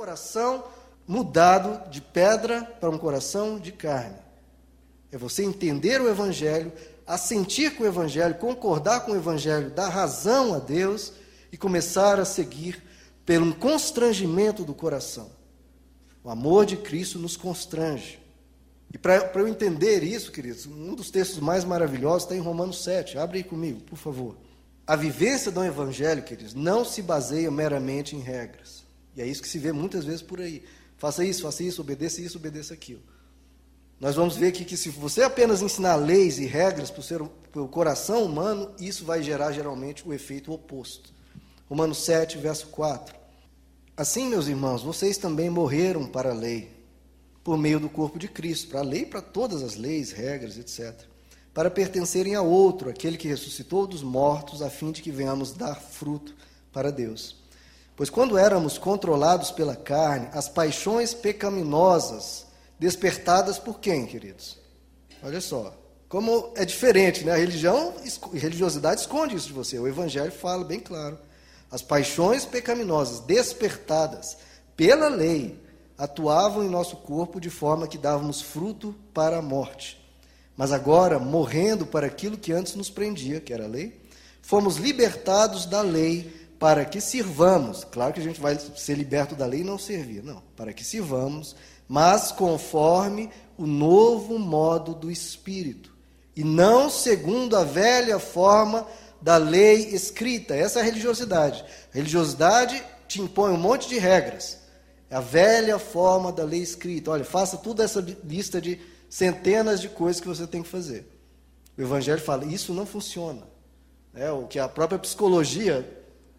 coração mudado de pedra para um coração de carne. É você entender o Evangelho, assentir com o Evangelho, concordar com o Evangelho, dar razão a Deus e começar a seguir pelo constrangimento do coração. O amor de Cristo nos constrange. E para eu entender isso, queridos, um dos textos mais maravilhosos está em Romanos 7. Abre aí comigo, por favor. A vivência do Evangelho, queridos, não se baseia meramente em regras. E é isso que se vê muitas vezes por aí. Faça isso, obedeça aquilo. Nós vamos ver aqui que se você apenas ensinar leis e regras para o coração humano, isso vai gerar geralmente o efeito oposto. Romanos 7, verso 4. Assim, meus irmãos, vocês também morreram para a lei, por meio do corpo de Cristo, para a lei, para todas as leis, regras, etc., para pertencerem a outro, aquele que ressuscitou dos mortos, a fim de que venhamos dar fruto para Deus. Pois quando éramos controlados pela carne, as paixões pecaminosas, despertadas por quem, queridos? Olha só, como é diferente, né? A religiosidade esconde isso de você, o Evangelho fala bem claro. As paixões pecaminosas, despertadas pela lei, atuavam em nosso corpo de forma que dávamos fruto para a morte. Mas agora, morrendo para aquilo que antes nos prendia, que era a lei, fomos libertados da lei para que sirvamos. Claro que a gente vai ser liberto da lei e não servir, não. Para que sirvamos, mas conforme o novo modo do Espírito, e não segundo a velha forma da lei escrita. Essa é a religiosidade. A religiosidade te impõe um monte de regras. É a velha forma da lei escrita. Olha, faça toda essa lista de centenas de coisas que você tem que fazer. O Evangelho fala, isso não funciona. É o que a própria psicologia,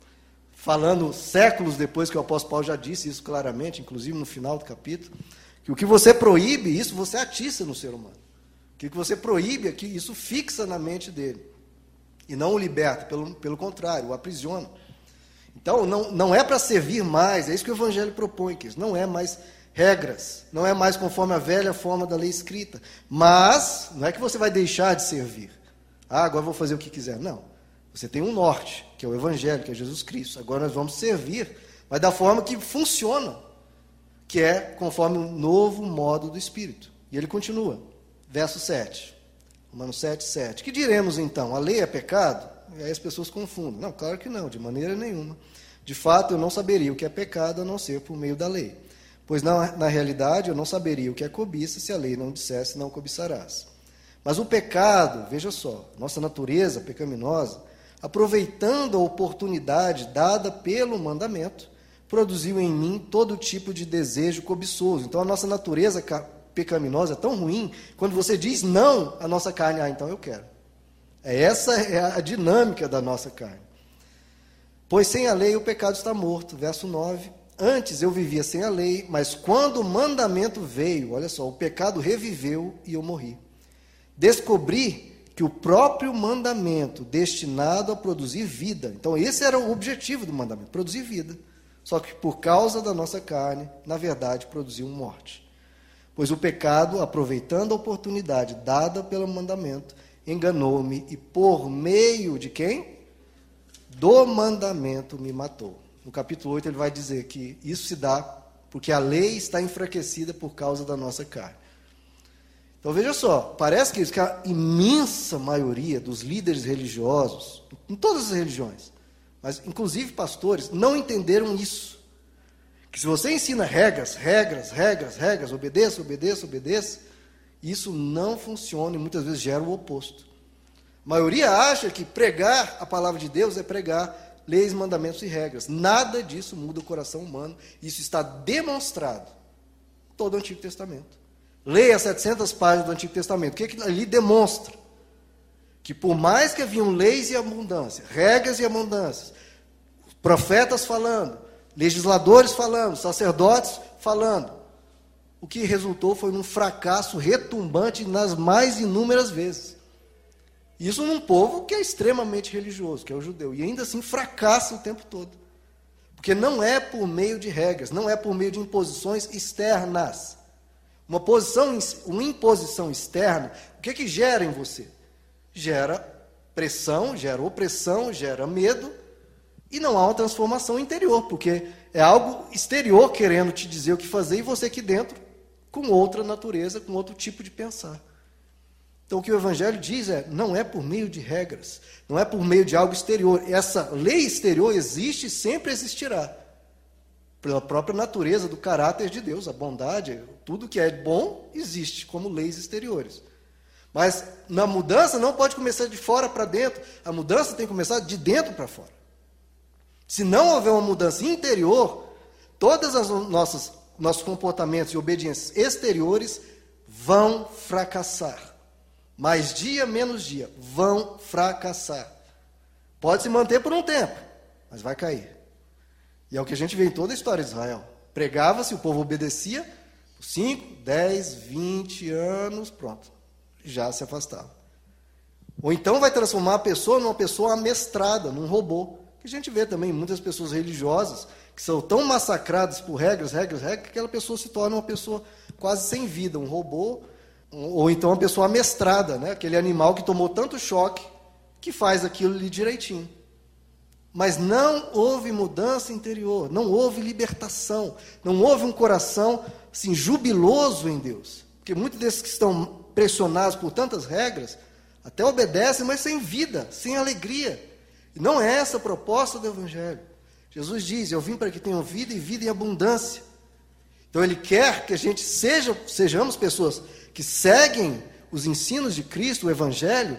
falando séculos depois que o apóstolo Paulo já disse isso claramente, inclusive no final do capítulo, que o que você proíbe, isso você atiça no ser humano. O que você proíbe aqui, isso fixa na mente dele. E não o liberta, pelo contrário, o aprisiona. Então, não é para servir mais, é isso que o Evangelho propõe, que não é mais regras, não é mais conforme a velha forma da lei escrita. Mas, não é que você vai deixar de servir. Agora vou fazer o que quiser. Não. Você tem um norte, que é o Evangelho, que é Jesus Cristo. Agora nós vamos servir, mas da forma que funciona, que é conforme o novo modo do Espírito. E ele continua, verso 7. Romanos 7, 7. Que diremos então? A lei é pecado? E aí as pessoas confundem. Não, claro que não, de maneira nenhuma. De fato, eu não saberia o que é pecado a não ser por meio da lei. Pois na realidade eu não saberia o que é cobiça se a lei não dissesse não cobiçarás. Mas o pecado, veja só, nossa natureza pecaminosa, aproveitando a oportunidade dada pelo mandamento, produziu em mim todo tipo de desejo cobiçoso. Então a nossa natureza pecaminosa é tão ruim, quando você diz não à nossa carne, então eu quero. Essa é a dinâmica da nossa carne. Pois sem a lei o pecado está morto. Verso 9. Antes eu vivia sem a lei, mas quando o mandamento veio, olha só, o pecado reviveu e eu morri. Descobri que o próprio mandamento destinado a produzir vida, então esse era o objetivo do mandamento, produzir vida. Só que por causa da nossa carne, na verdade, produziu morte. Pois o pecado, aproveitando a oportunidade dada pelo mandamento, enganou-me e por meio de quem? Do mandamento me matou. No capítulo 8 ele vai dizer que isso se dá porque a lei está enfraquecida por causa da nossa carne. Então veja só, parece que a imensa maioria dos líderes religiosos, em todas as religiões, mas inclusive pastores, não entenderam isso. Que se você ensina regras, obedeça, isso não funciona e muitas vezes gera o oposto. A maioria acha que pregar a palavra de Deus é pregar leis, mandamentos e regras. Nada disso muda o coração humano. Isso está demonstrado em todo o Antigo Testamento. Leia 700 páginas do Antigo Testamento. O que ali demonstra? Que por mais que haviam leis e abundância, regras e abundâncias, profetas falando, legisladores falando, sacerdotes falando, o que resultou foi num fracasso retumbante nas mais inúmeras vezes. Isso num povo que é extremamente religioso, que é o judeu, e ainda assim fracassa o tempo todo. Porque não é por meio de regras, não é por meio de imposições externas. Uma imposição externa, o que gera em você? Gera pressão, gera opressão, gera medo, E não há uma transformação interior, porque é algo exterior querendo te dizer o que fazer e você aqui dentro com outra natureza, com outro tipo de pensar. Então o que o Evangelho diz não é por meio de regras, não é por meio de algo exterior. Essa lei exterior existe e sempre existirá, pela própria natureza do caráter de Deus, a bondade, tudo que é bom existe como leis exteriores. Mas na mudança não pode começar de fora para dentro, a mudança tem que começar de dentro para fora. Se não houver uma mudança interior, todos os nossos comportamentos e obediências exteriores vão fracassar. Mais dia, menos dia, vão fracassar. Pode se manter por um tempo, mas vai cair. E é o que a gente vê em toda a história de Israel. Pregava-se, o povo obedecia, por 5, 10, 20 anos, pronto, já se afastava. Ou então vai transformar a pessoa numa pessoa amestrada, num robô. Que a gente vê também muitas pessoas religiosas que são tão massacradas por regras, que aquela pessoa se torna uma pessoa quase sem vida, um robô, ou então uma pessoa amestrada, né? Aquele animal que tomou tanto choque que faz aquilo ali direitinho. Mas não houve mudança interior, não houve libertação, não houve um coração assim, jubiloso em Deus. Porque muitos desses que estão pressionados por tantas regras, até obedecem, mas sem vida, sem alegria. E não é essa a proposta do Evangelho. Jesus diz, eu vim para que tenham vida e vida em abundância. Então Ele quer que a gente sejamos pessoas que seguem os ensinos de Cristo, o Evangelho,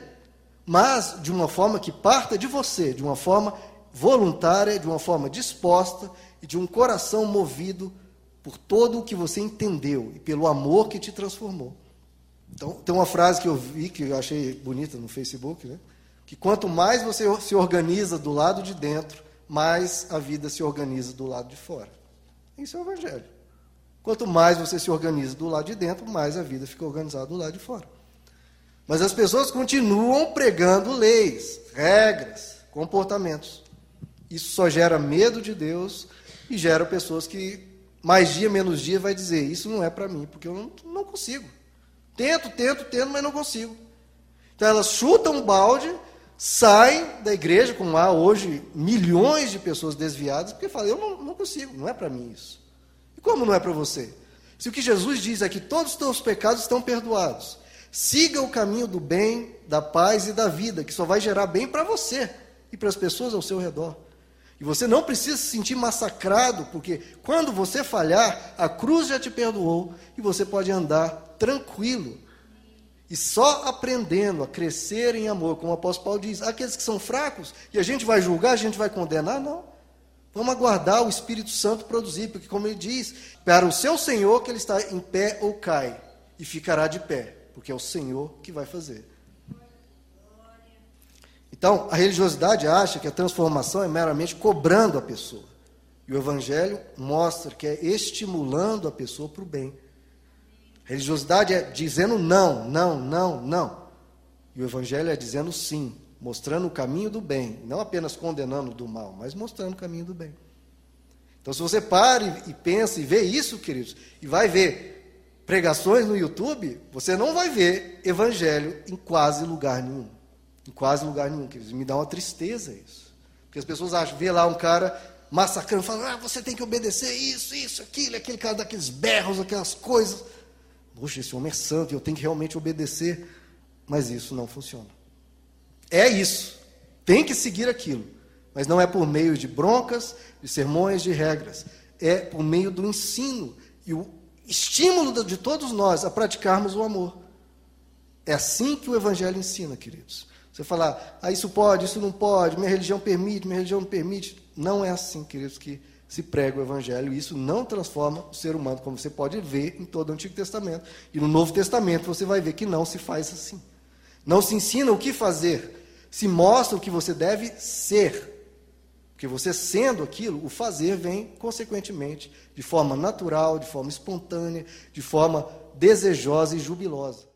mas de uma forma que parta de você, de uma forma voluntária, de uma forma disposta e de um coração movido por todo o que você entendeu e pelo amor que te transformou. Então, tem uma frase que eu vi, que eu achei bonita no Facebook, né? Que quanto mais você se organiza do lado de dentro, mais a vida se organiza do lado de fora. Isso é o Evangelho. Quanto mais você se organiza do lado de dentro, mais a vida fica organizada do lado de fora. Mas as pessoas continuam pregando leis, regras, comportamentos. Isso só gera medo de Deus e gera pessoas que, mais dia, menos dia, vai dizer, isso não é para mim, porque eu não consigo. Tento, mas não consigo. Então elas chutam um balde, saem da igreja, como há hoje milhões de pessoas desviadas, porque falam, eu não consigo, não é para mim isso. E como não é para você? Se o que Jesus diz é que todos os teus pecados estão perdoados, siga o caminho do bem, da paz e da vida, que só vai gerar bem para você e para as pessoas ao seu redor. E você não precisa se sentir massacrado, porque quando você falhar, a cruz já te perdoou e você pode andar tranquilo. E só aprendendo a crescer em amor, como o apóstolo Paulo diz, aqueles que são fracos, e a gente vai julgar, a gente vai condenar, não. Vamos aguardar o Espírito Santo produzir, porque como ele diz, para o seu Senhor que ele está em pé ou cai, e ficará de pé, porque é o Senhor que vai fazer. Então, a religiosidade acha que a transformação é meramente cobrando a pessoa. E o Evangelho mostra que é estimulando a pessoa para o bem. A religiosidade é dizendo não, não, não, não. E o Evangelho é dizendo sim, mostrando o caminho do bem. Não apenas condenando do mal, mas mostrando o caminho do bem. Então, se você para e pensa e vê isso, queridos, e vai ver pregações no YouTube, você não vai ver Evangelho em quase lugar nenhum. Em quase lugar nenhum, queridos. Me dá uma tristeza isso. Porque as pessoas acham, vê lá um cara massacrando, falando, você tem que obedecer isso, aquilo, aquele cara daqueles berros, aquelas coisas. Poxa, esse homem é santo, eu tenho que realmente obedecer. Mas isso não funciona. É isso. Tem que seguir aquilo. Mas não é por meio de broncas, de sermões, de regras. É por meio do ensino e o estímulo de todos nós a praticarmos o amor. É assim que o Evangelho ensina, queridos. Você falar, isso pode, isso não pode, minha religião permite, minha religião não permite. Não é assim, queridos, que se prega o Evangelho. E isso não transforma o ser humano, como você pode ver em todo o Antigo Testamento. E no Novo Testamento você vai ver que não se faz assim. Não se ensina o que fazer, se mostra o que você deve ser. Porque você sendo aquilo, o fazer vem, consequentemente, de forma natural, de forma espontânea, de forma desejosa e jubilosa.